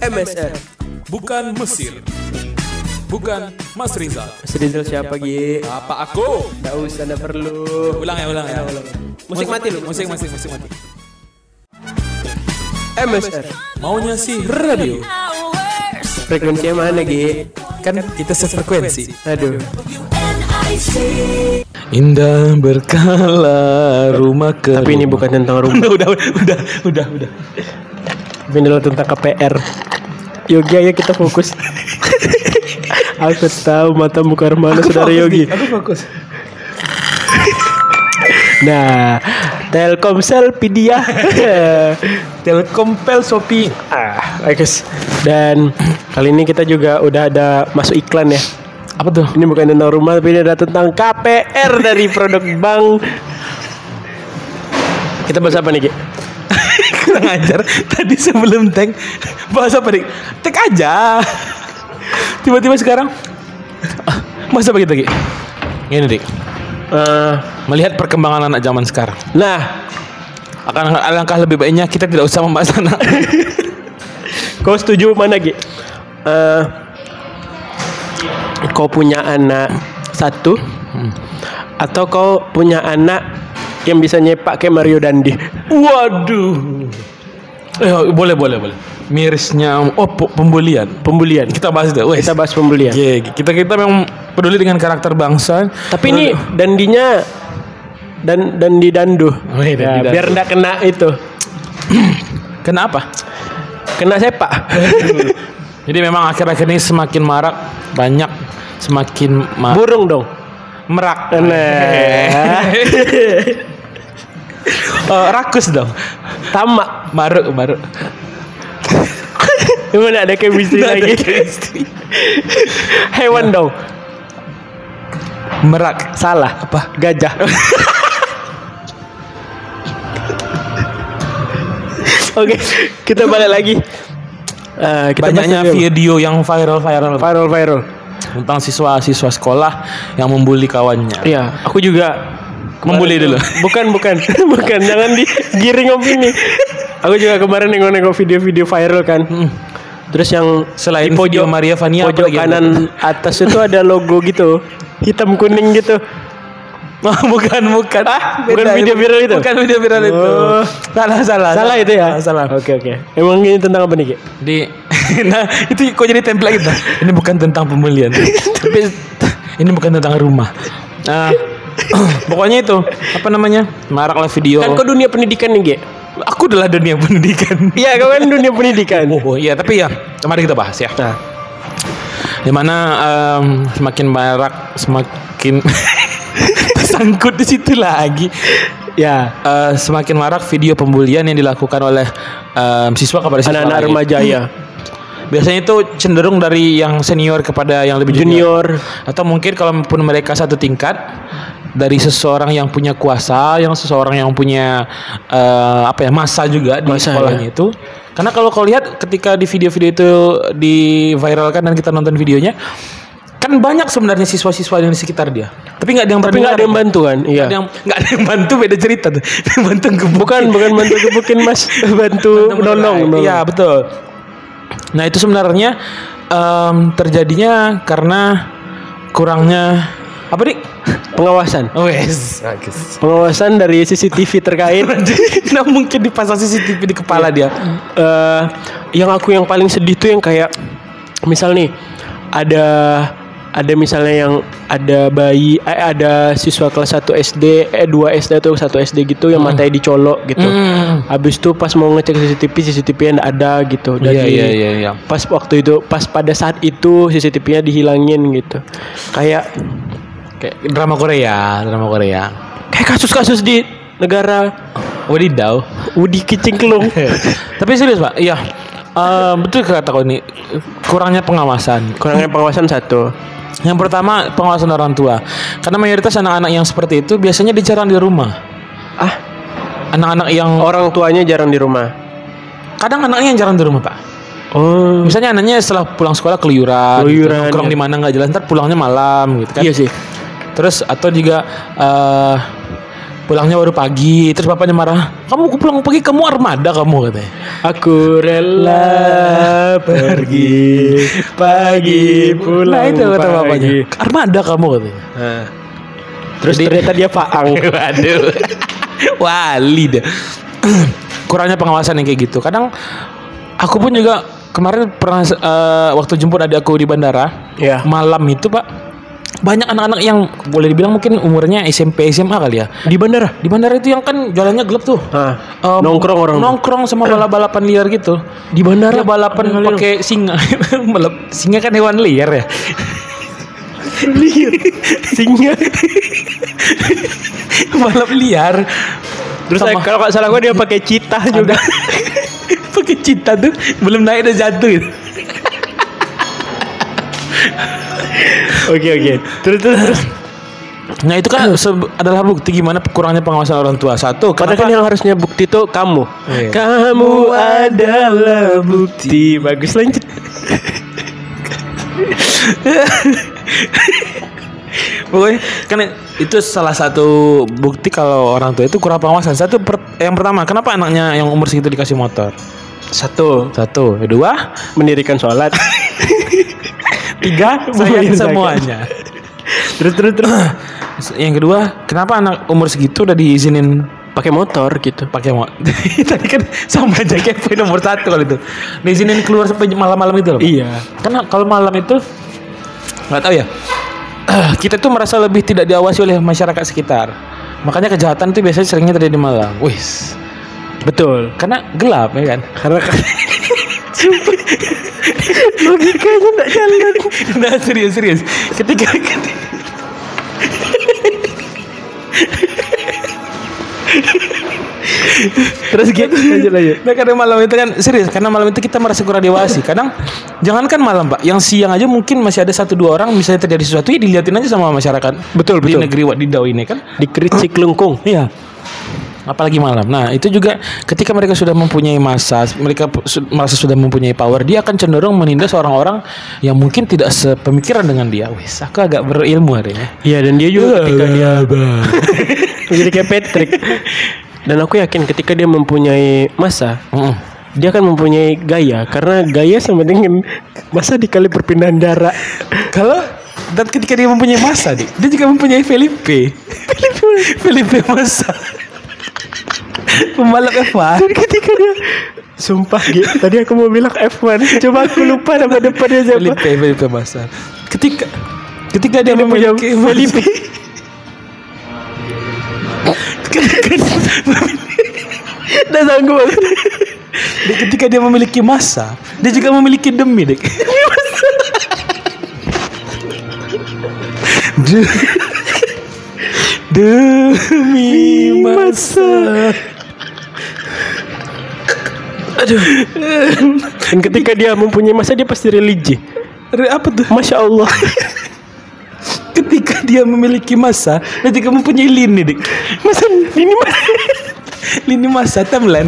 MSR. Bukan Mesir. Bukan Mas Rizal. Mas Rizal siapa Gi? Apa aku? Nggak usah, nggak perlu. Ulang ya. Musik mati lu. Musik mati. MSR. Maunya sih radio. Frekuensinya mana Gi? Kan kita sefrekuensi. Aduh. Indah berkala rumah ke. Tapi ini bukan tentang rumah. Udah. Tapi ini tentang KPR. Yogi, ayo kita fokus. Aku tahu matamu ke mana, saudara Yogi. Aku fokus. Nah, Telkomsel Pedia. Telkomsel Shopee. Guys. Dan kali ini kita juga udah ada masuk iklan ya. Apa tuh? Ini bukan tentang rumah, tapi ini ada tentang KPR dari produk bank. Kita bahas apa nih, Ki? Kurang ajar. Tadi sebelum tag bahas apa nih? Tag aja. Tiba-tiba sekarang bahas apa kita, Ki? Gini, Dik. Melihat perkembangan anak zaman sekarang. Nah, akan alangkah lebih baiknya kita tidak usah membahas anak. kau setuju mana, Ki? Kau punya anak satu atau kau punya anak yang bisa nyepak kayak Mario Dandi? Waduh. Boleh. Mirisnya pembulian. Kita bahas itu. Kita bahas pembulian. Kita memang peduli dengan karakter bangsa. Tapi ini dandinya dandi dandu. Dandu. Biar enggak kena itu. Kenapa? Kena sepak. Jadi memang akhir-akhir ini semakin marak, banyak semakin burung dong. Merak. Nah. Rakus dong. Tamak. Maruk. Gimana ada chemistry lagi? Hewan dong. Merak. Salah. Apa? Gajah. Oke, kita balik lagi. Banyaknya video yang viral tentang siswa sekolah yang membuli kawannya. Iya, aku juga membuli dulu. Bukan, jangan digiring opini. Aku juga kemarin nengok video-video viral kan. Terus yang selain di pojok Maria Vania, pojok kanan atas itu ada logo gitu, hitam kuning gitu. Bukan video viral itu. Bukan video viral itu. Salah itu ya. Salah. Oke. Emang ini tentang apa nih, Ki? Nah, itu kok jadi template gitu. Ini bukan tentang pembulian. Tapi ini bukan tentang rumah. Nah, pokoknya itu apa namanya? Maraklah video. Kan kau dunia pendidikan nih, Ki. Aku adalah dunia pendidikan. Iya, kau kan dunia pendidikan. Oh iya, tapi ya, mari kita bahas ya. Nah, dimana semakin marak, semakin tersangkut di situ lagi. Ya, semakin marak video pembulian yang dilakukan oleh siswa kepada siswa anak-anak remaja ya. Biasanya itu cenderung dari yang senior kepada yang lebih junior. Atau mungkin kalaupun mereka satu tingkat, dari seseorang yang punya kuasa, yang seseorang yang punya masa juga di sekolahnya itu. Karena kalau kau lihat ketika di video-video itu diviralkan dan kita nonton videonya, kan banyak sebenarnya siswa-siswa yang di sekitar dia. Tapi nggak ada yang bantu kan? Iya. Nggak ada yang bantu, beda cerita tuh. Bantu gebukin. Bukan bantu gebukin Mas, bantu menolong. Iya betul. Nah itu sebenarnya terjadinya karena kurangnya apa nih? Pengawasan. Oh yes. Pengawasan dari CCTV terkait. Nah mungkin dipasang CCTV di kepala dia. Yang paling sedih tuh yang kayak misal nih ada misalnya yang ada bayi, ada siswa kelas 1 SD, 2 SD atau 1 SD gitu yang matanya dicolok gitu. Habis itu pas mau ngecek CCTV-nya enggak ada gitu. Iya. Pas pada saat itu CCTV-nya dihilangin gitu. Kayak drama Korea. Kayak kasus-kasus di negara Wadidaw, Udi Kicingklung. Tapi serius, Pak. Iya. Betul kata kau ini. Kurangnya pengawasan satu. Yang pertama pengawasan orang tua. Karena mayoritas anak-anak yang seperti itu biasanya jarang di rumah. Anak-anak yang orang tuanya jarang di rumah. Kadang anaknya yang jarang di rumah, Pak. Oh. Misalnya anaknya setelah pulang sekolah keluyuran gitu, nongkrong di mana nggak jelas, ntar pulangnya malam gitu kan. Iya sih. Terus atau juga pulangnya baru pagi, terus bapaknya marah, kamu pulang pagi, kamu armada kamu, katanya. Aku rela pergi pagi pulang. Nah itu kata pagi. bapaknya, armada kamu, katanya. Nah. Terus ternyata dia faang. Waduh, wali dah. Kurangnya pengawasan yang kayak gitu. Kadang aku pun juga kemarin pernah waktu jemput adik aku di bandara, Ya. malam itu Pak, banyak anak-anak yang boleh dibilang mungkin umurnya SMP SMA kali ya. Di bandara. Di bandara itu yang kan jalannya gelap tuh. Nongkrong orang. Nongkrong sama balap-balapan liar gitu. Di bandara. Dia balapan pakai singa. Singa kan hewan liar ya. Liar. Singa. Balap liar. Terus kalau nggak salah gue dia pakai citah juga. Pakai cita tuh belum naik udah jatuh gitu. Oke. Terus. Nah itu kan adalah bukti gimana kurangnya pengawasan orang tua. Satu, Padahal kan yang harusnya bukti itu kamu. Iya. Kamu adalah bukti. Bagus lanjut. Pokoknya kan itu salah satu bukti kalau orang tua itu kurang pengawasan. Yang pertama, kenapa anaknya yang umur segitu dikasih motor? Satu, Kedua, mendirikan sholat. tiga, sayang semuanya. Terus. Yang kedua, kenapa anak umur segitu udah diizinin Pakai motor gitu. pakai motor? Tadi kan sama aja kayak poin nomor 1 kalau itu. Diizinin keluar sampai malam-malam itu loh, Pak. Iya. Karena kalau malam itu nggak tahu ya. Kita tuh merasa lebih tidak diawasi oleh masyarakat sekitar. Makanya kejahatan itu biasanya seringnya terjadi malam. Wis. Betul. Karena gelap ya kan. Karena logikanya nggak jalan. Nah serius. Ketika Terus gitu lanjut. Nah karena malam itu kan serius, karena malam itu kita merasa kurang dewasa. Kadang jangankan malam Pak, yang siang aja mungkin masih ada 1-2 orang misalnya terjadi sesuatu ya dilihatin aja sama masyarakat. Betul. Di negeri Wadidau ini kan. Dikericik lengkung. Iya. Apalagi malam. Nah itu juga ketika mereka sudah mempunyai massa, mereka merasa sudah mempunyai power, dia akan cenderung menindas orang-orang yang mungkin tidak sepemikiran dengan dia. Wis, aku agak berilmu hari ini. Iya, dan dia juga ketika dia jadi kayak Patrick. Dan aku yakin ketika dia mempunyai massa, dia akan mempunyai gaya, karena gaya sama dengan massa dikali perpindahan darah. Dan ketika dia mempunyai massa, dia juga mempunyai Felipe Massa. Pembalap F1. Dan ketika dia sumpah gitu, tadi aku mau bilang F1, coba aku lupa nama depannya siapa. Felipe Massa. Ketika dia memiliki Felipe. Dah sanggup. Ketika dia memiliki massa, dia juga memiliki demi, Dek. Demi massa. Aduh. Dan ketika dia mempunyai massa, dia pasti religi. Apa tuh? Masya Allah. Ketika dia memiliki massa, dia juga mempunyai lini, Dik. Masa ini masa. Lini massa timeline.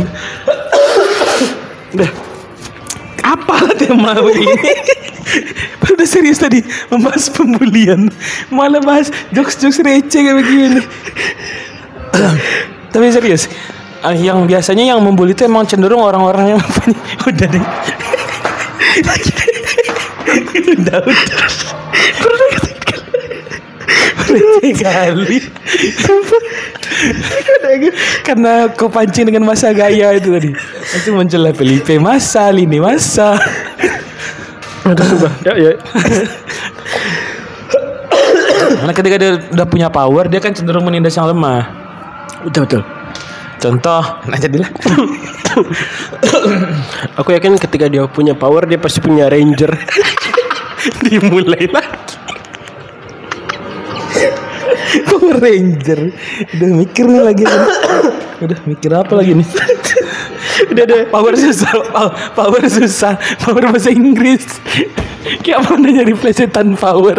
Udah. Apalah tema ini? Udah serius tadi membahas pembulian, malah bahas jokes-jokes receh kayak begini. Tapi serius, yang biasanya yang membuli itu emang cenderung orang-orang yang udah deh. Udah. Receh kali. Karena kau pancing dengan masa gaya itu tadi. Itu muncullah Felipe Massa, Lini Massa. Ya. Karena ketika dia udah punya power, dia kan cenderung menindas yang lemah. Betul. Contoh, nah jadilah. Aku yakin ketika dia punya power, dia pasti punya ranger. Dimulai lagi. Power Ranger. Udah mikir nih lagi. Udah mikir apa lagi nih? Udah power susah. Power bahasa Inggris. Kayak apa jadi plesetan power.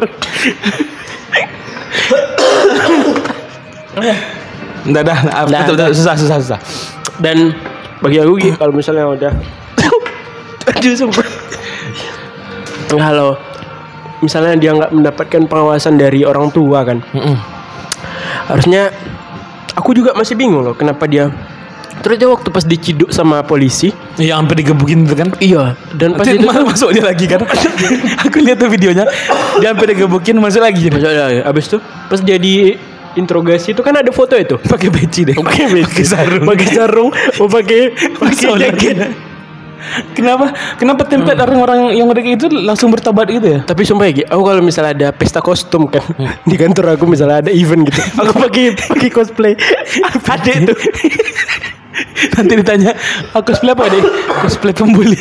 Udah susah. Dan bagi aku kalau misalnya udah aduh sumpah. Kalau misalnya dia nggak mendapatkan pengawasan dari orang tua kan, harusnya aku juga masih bingung loh kenapa dia. Terus dia waktu pas diciduk sama polisi, yang sampai digebukin itu kan. iya, dan pas itu masuk dia lagi kan. Aku lihat tuh videonya. Dia sampai digebukin masuk lagi. Abis itu pas dia di interogasi itu kan ada foto itu. Pakai peci deh. Pakai sarung. pakai jaket. Kenapa template orang-orang yang mereka itu langsung bertobat gitu ya? Tapi sumpah ya, aku kalau misalnya ada pesta kostum kan di kantor aku misalnya ada event gitu, aku pakai cosplay. Ada itu. Nanti ditanya, cosplay apa deh? Cosplay pembuli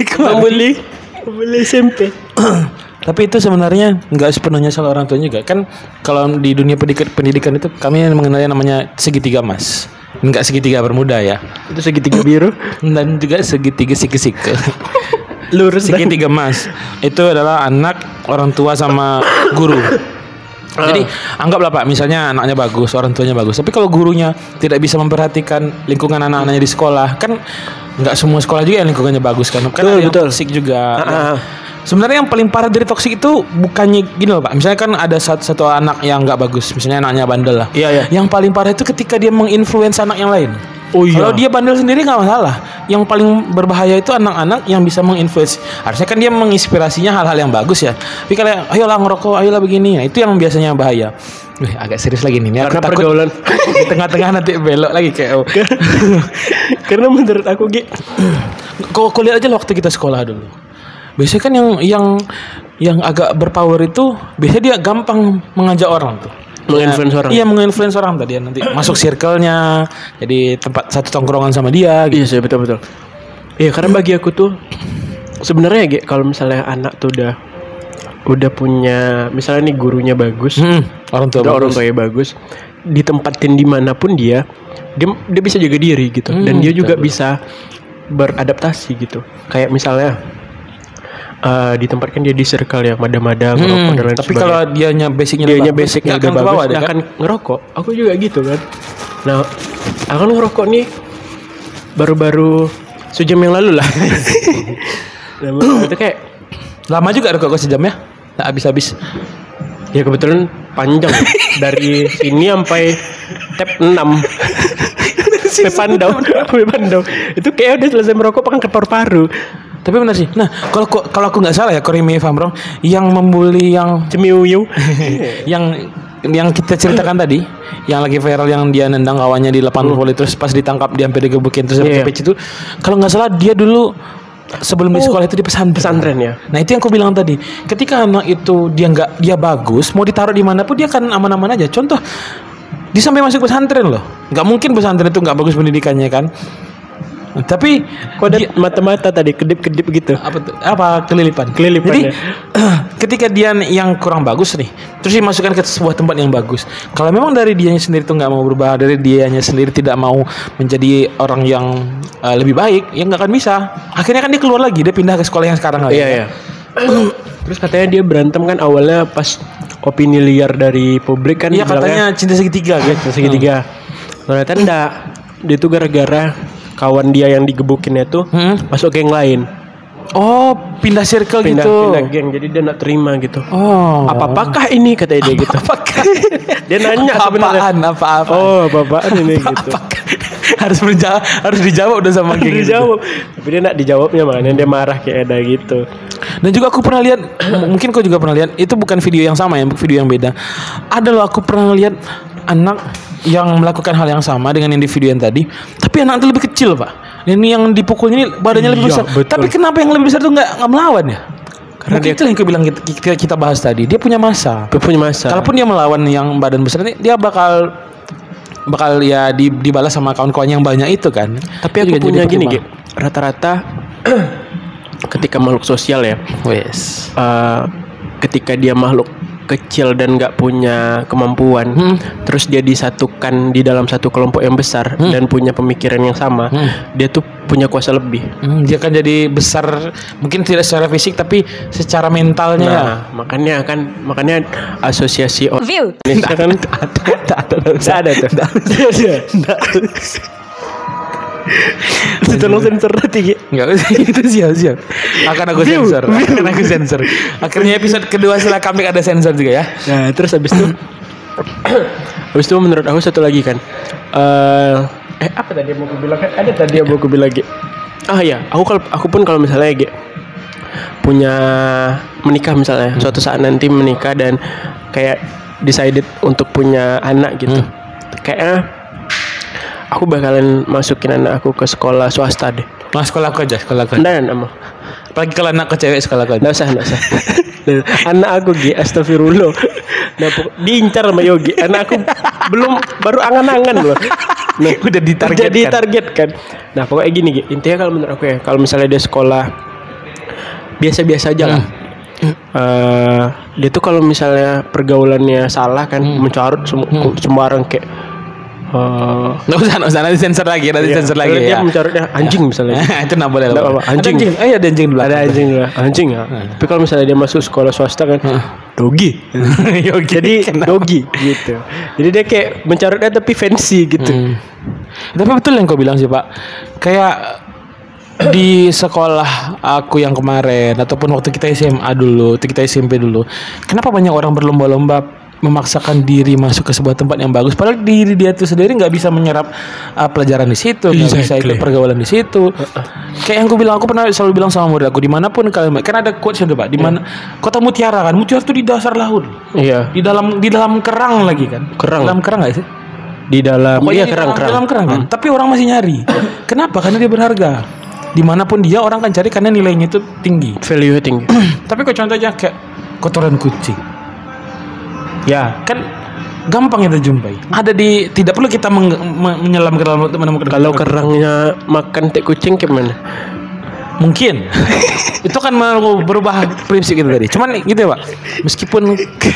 SMP. Tapi itu sebenarnya nggak sepenuhnya salah orang tua juga kan. Kalau di dunia pendidikan itu kami mengenalnya namanya segitiga emas. Enggak segitiga bermuda ya. Itu segitiga biru dan juga segitiga sikisik. Lurus segitiga emas. Itu adalah anak, orang tua sama guru. Jadi anggaplah Pak, misalnya anaknya bagus, orang tuanya bagus, tapi kalau gurunya tidak bisa memperhatikan lingkungan anak-anaknya di sekolah, kan nggak semua sekolah juga yang lingkungannya bagus kan? Kan ada yang toksik juga. Sebenarnya yang paling parah dari toksik itu bukannya gini loh Pak. Misalnya kan ada satu anak yang nggak bagus, misalnya anaknya bandel lah. Iya. Yang paling parah itu ketika dia menginfluence anak yang lain. Oh iya. Kalau dia bandel sendiri nggak masalah. Yang paling berbahaya itu anak-anak yang bisa menginfluence. Harusnya kan dia menginspirasinya hal-hal yang bagus ya. Tapi kalau ayolah ngerokok, ayolah begini. Nah, itu yang biasanya bahaya. Agak serius lagi nih. Karena pergaulan di tengah-tengah nanti belok lagi kayak. Karena menurut aku kau lihat aja waktu kita sekolah dulu. Biasanya kan yang agak berpower itu biasanya dia gampang mengajak orang tuh. Menginfluence orang. Iya, menginfluence orang tadi nanti masuk circle-nya, jadi tempat satu tongkrongan sama dia gitu. Iya sih, betul. Iya, karena bagi aku tuh sebenarnya kalau misalnya anak tuh udah punya, misalnya nih gurunya bagus, orang tuanya bagus, ditempatin dimanapun dia bisa jaga diri gitu, dan dia juga bisa beradaptasi gitu. Kayak misalnya ditempatkan dia di circle yang mada-mada ngerokok dan lain tapi sebagainya. Kalau dianya basicnya udah bagus, dia akan ngerokok. Aku juga gitu kan. Nah, aku ngerokok nih baru sejam yang lalu lah. Nah, itu kayak lama juga rokok sejam ya? Nggak habis-habis. Ya kebetulan panjang dari sini sampai tap 6. Sampai Pandau. Itu kayak udah selesai merokok pakai ke paru-paru. Tapi benar sih. Nah, kalau aku nggak salah ya, correct me if I'm wrong, yang membuli yang cemiu yang kita ceritakan tadi, yang lagi viral yang dia nendang kawannya di 80 volt terus pas ditangkap dia sampai digebukin terus pakai peci itu, kalau nggak salah dia dulu sebelum di sekolah itu di pesantren ya. Nah, itu yang aku bilang tadi. Ketika anak itu dia bagus, mau ditaruh di mana pun dia akan aman-aman aja. Contoh, dia sampai masuk pesantren loh. Nggak mungkin pesantren itu nggak bagus pendidikannya kan. Tapi kok ada mata-mata tadi kedip-kedip gitu. Apa kelilipan. Jadi ketika dia yang kurang bagus nih, terus dimasukkan ke sebuah tempat yang bagus. Kalau memang dari dianya sendiri tuh nggak mau berubah, dari dianya sendiri tidak mau menjadi orang yang lebih baik, ya nggak akan bisa. Akhirnya kan dia keluar lagi, dia pindah ke sekolah yang sekarang lagi. Iya. Terus katanya dia berantem kan awalnya pas opini liar dari publik kan. Iya, katanya cinta segitiga kan. Cinta segitiga. Ternyata enggak. Dia tuh gara-gara kawan dia yang digebukinnya tuh masuk geng lain. Oh, pindah circle gitu. Pindah geng, jadi dia nggak terima gitu. Oh. Apa-apakah ini katanya dia gitu. Dia nanya sebenarnya. Apa-apaan? Oh, apa-apaan ini gitu. harus dijawab udah sama geng. Dijawab. Tapi dia nggak dijawabnya, makanya dia marah kayak ada gitu. Dan juga aku pernah lihat, mungkin kau juga pernah lihat, itu bukan video yang sama ya, video yang beda. Ada loh, aku pernah lihat anak yang melakukan hal yang sama dengan yang di video yang tadi, tapi anak itu lebih kecil Pak. Dan ini yang dipukulnya ini badannya lebih besar. Betul. Tapi kenapa yang lebih besar itu nggak melawan ya? Karena dia, itu yang aku bilang kita bahas tadi, dia punya masa. Kalaupun dia melawan yang badan besar ini, dia bakal ya dibalas sama kawan-kawan yang banyak itu kan. Tapi aku punya gini, rata-rata ketika makhluk sosial ya, ketika dia makhluk kecil dan nggak punya kemampuan, terus dia disatukan di dalam satu kelompok yang besar dan punya pemikiran yang sama, dia tuh punya kuasa lebih. Dia kan jadi besar, mungkin tidak secara fisik tapi secara mentalnya. Nah, makanya asosiasi View. Indonesia kan ada tuh. Tolong sensor nanti. Enggak usah, itu siap. Akan aku sensor. Akhirnya episode kedua setelah comeback ada sensor juga ya. Nah, terus habis itu Habis itu menurut aku satu lagi kan. Apa tadi yang mau aku bilang kan? Ada tadi yang mau aku bilang gitu. Ya, aku pun kalau misalnya gitu punya menikah misalnya, suatu saat nanti menikah dan kayak decided untuk punya anak gitu. Kayaknya aku bakalan masukin anak aku ke sekolah swasta deh. Sekolah aku aja. Nggak mau. Apalagi kalau anak ke cewek sekolah aku aja. Nggak usah. Anak aku astagfirullah. Diincar sama Yogi. Anak aku baru angan-angan loh. Nah, udah ditargetkan. Nah, pokoknya gini, intinya kalau menurut aku ya, kalau misalnya dia sekolah biasa-biasa aja lah. Dia tuh kalau misalnya pergaulannya salah kan, mencarut semua orang kayak nggak usah nanti sensor lagi dia mencarutnya anjing misalnya. Itu nggak boleh lah. Anjing. Ada anjing dulu. Ada anjing ya. Tapi kalau misalnya dia masuk sekolah swasta kan dogi. Jadi dogi gitu. Jadi dia kayak mencarutnya tapi fancy gitu. Tapi betul yang kau bilang sih Pak. Kayak di sekolah aku yang kemarin ataupun waktu kita SMA dulu, waktu kita SMP dulu, kenapa banyak orang berlomba-lomba memaksakan diri masuk ke sebuah tempat yang bagus, padahal diri dia itu sendiri nggak bisa menyerap pelajaran di situ, nggak bisa ikut pergaulan di situ. Kayak yang aku pernah selalu bilang sama murid aku, dimanapun kalian, kan ada quotes itu Pak, di mana kota Mutiara kan, Mutiara itu di dasar laut, di dalam kerang lagi kan, dalam kerang nggak sih? Di dalam, dalam kerang kan, tapi orang masih nyari. Kenapa? Karena dia berharga. Dimanapun dia orang kan cari karena nilainya itu tinggi, value tinggi. Tapi kok contohnya kayak kotoran kucing. Ya, kan gampang kita jumpai. Tidak perlu kita menyelam ke dalam untuk menemukan. Kalau kerangnya makan teh kucing gimana? Mungkin. Itu kan berubah prinsip kita tadi. Cuman gitu ya, Pak. Meskipun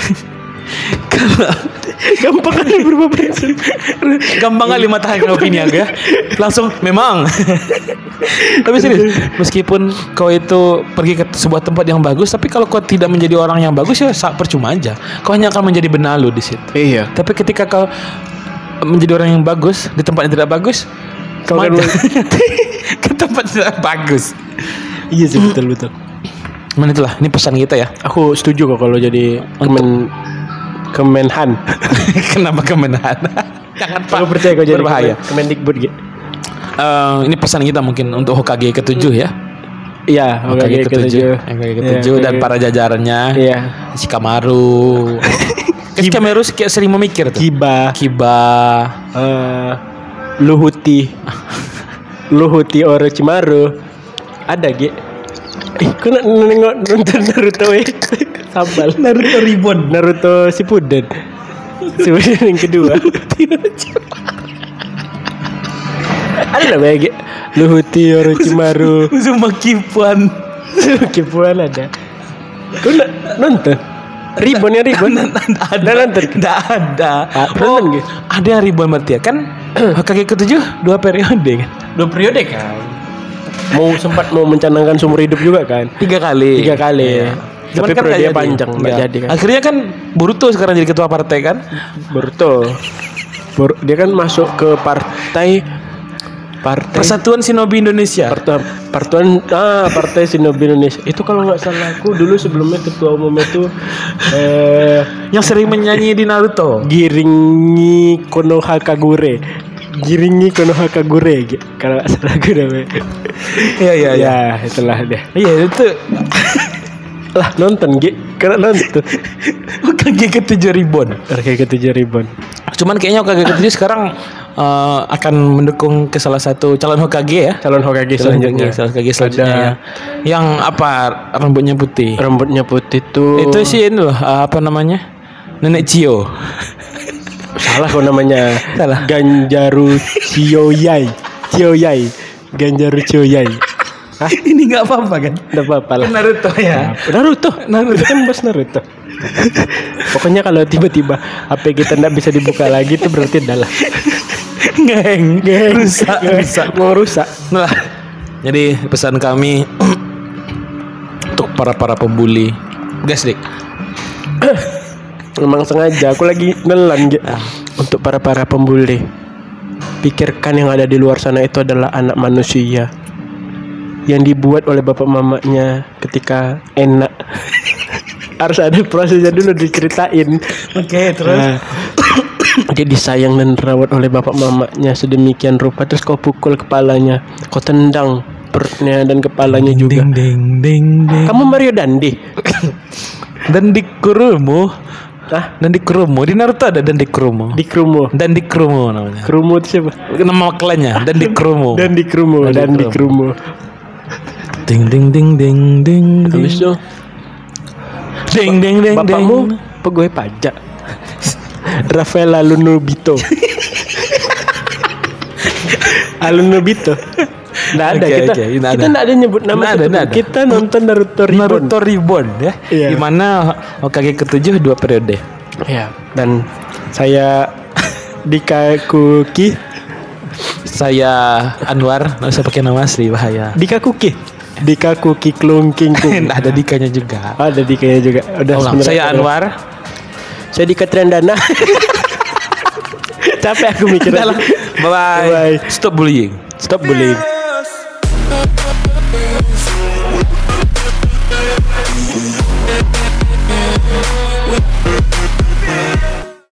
kalau gampang kali berubah prinsip. Gampang kali matahari opini ya. Langsung memang. Tapi serius, meskipun kau itu pergi ke sebuah tempat yang bagus, tapi kalau kau tidak menjadi orang yang bagus ya percuma aja. Kau hanya akan menjadi benalu di situ. Iya. Tapi ketika kau menjadi orang yang bagus di tempat yang tidak bagus, kau kan ke tempat tidak bagus. Iya sih, betul. Mana itulah, ini pesan kita ya. Aku setuju kok kalau jadi Kemenhan. Kenapa Kemenhan? Jangan Pak. Aku percaya kau jadi berbahaya. Kemendikbud gitu. Ini pesan kita mungkin untuk Hokage ke-7 ya. Iya, Hokage ke-7 dan para jajarannya. Iya. Shikamaru. Shikamaru kayak sering memikir tuh. Kiba. Luhuti Orochimaru. Ada kau nonton Naruto sambal. Naruto Ribbon. Naruto Shippuden yang kedua. Ada banyak Luhuti Orochimaru. Uzumaki Puan ada. Kau nonton Ribbon? Ada nonton? Tidak ada. Ada yang Ribbon berarti ya kan? Hokage ke-7 2 periode kan? 2 periode kan? Sempat mau mencanangkan seumur hidup juga kan? 3 kali. Ya. Tapi kan periode panjang nggak jadi kan? Akhirnya kan Boruto sekarang jadi ketua partai kan? Boruto dia kan masuk ke partai Persatuan Shinobi Indonesia. Partai Shinobi Indonesia. Itu kalau nggak salah aku dulu sebelumnya ketua umumnya itu yang sering menyanyi di Naruto. Giringi Konohakagure gitu. Kalau nggak salah gue namanya. Iya. Ya, itulah dia. Iya itu. Lah nonton karena nonton. Hokage ke-7 Ribbon. Cuman kayaknya Hokage ke-7 sekarang akan mendukung ke salah satu calon Hokage ya. Calon Hokage selanjutnya ya. Yang apa rambutnya putih tuh. Itu sih ini loh apa namanya? Nenek Chio. Salah kok namanya. Salah. Ganjaru Chioyai. Ganjaru Chioyai. Ini nggak apa-apa kan? Nggak apa-apa lah. Naruto ya. Naruto kan bos Naruto. Pokoknya kalau tiba-tiba HP kita nggak bisa dibuka lagi itu berarti adalah rusak. Mau rusak. Nah, jadi pesan kami untuk para pembuli, gas dik. Memang sengaja aku lagi nelan untuk para pembuli. Pikirkan yang ada di luar sana itu adalah anak manusia yang dibuat oleh bapak mamanya ketika enak. Harus ada prosesnya dulu diceritain. Oke, terus Dia disayang dan dirawat oleh bapak mamanya sedemikian rupa, terus kau pukul kepalanya, kau tendang perutnya dan kepalanya juga. Ding. Kamu Mario Dandi? Dandi Kurumo. Ah, Dandi Kurumo di Naruto ada Dandi Kurumo. di Krumo. Dandi Kurumo namanya. Krumo itu siapa? Nama klannya Dandi Kurumo. Dandi Krumo. Ding. Habis itu Ding. bapakmu pegawai pajak. Rafael Alunobito. Alunobito. Nggak ada kita nggak ada nyebut nama ada. Kita nonton Naruto Reborn ya. Iya. Di mana Hokage ke-7 2 periode. Ya, dan saya Dikakuki. Saya Anwar, nggak usah pakai nama asli bahaya. Dikakuki Klungking. Ada Dikanya juga. Ada Dikanya juga. Saya Anwar. Saya Dika Triandana. Capek aku mikir. Bye. Bye. Stop bullying. Stop bullying.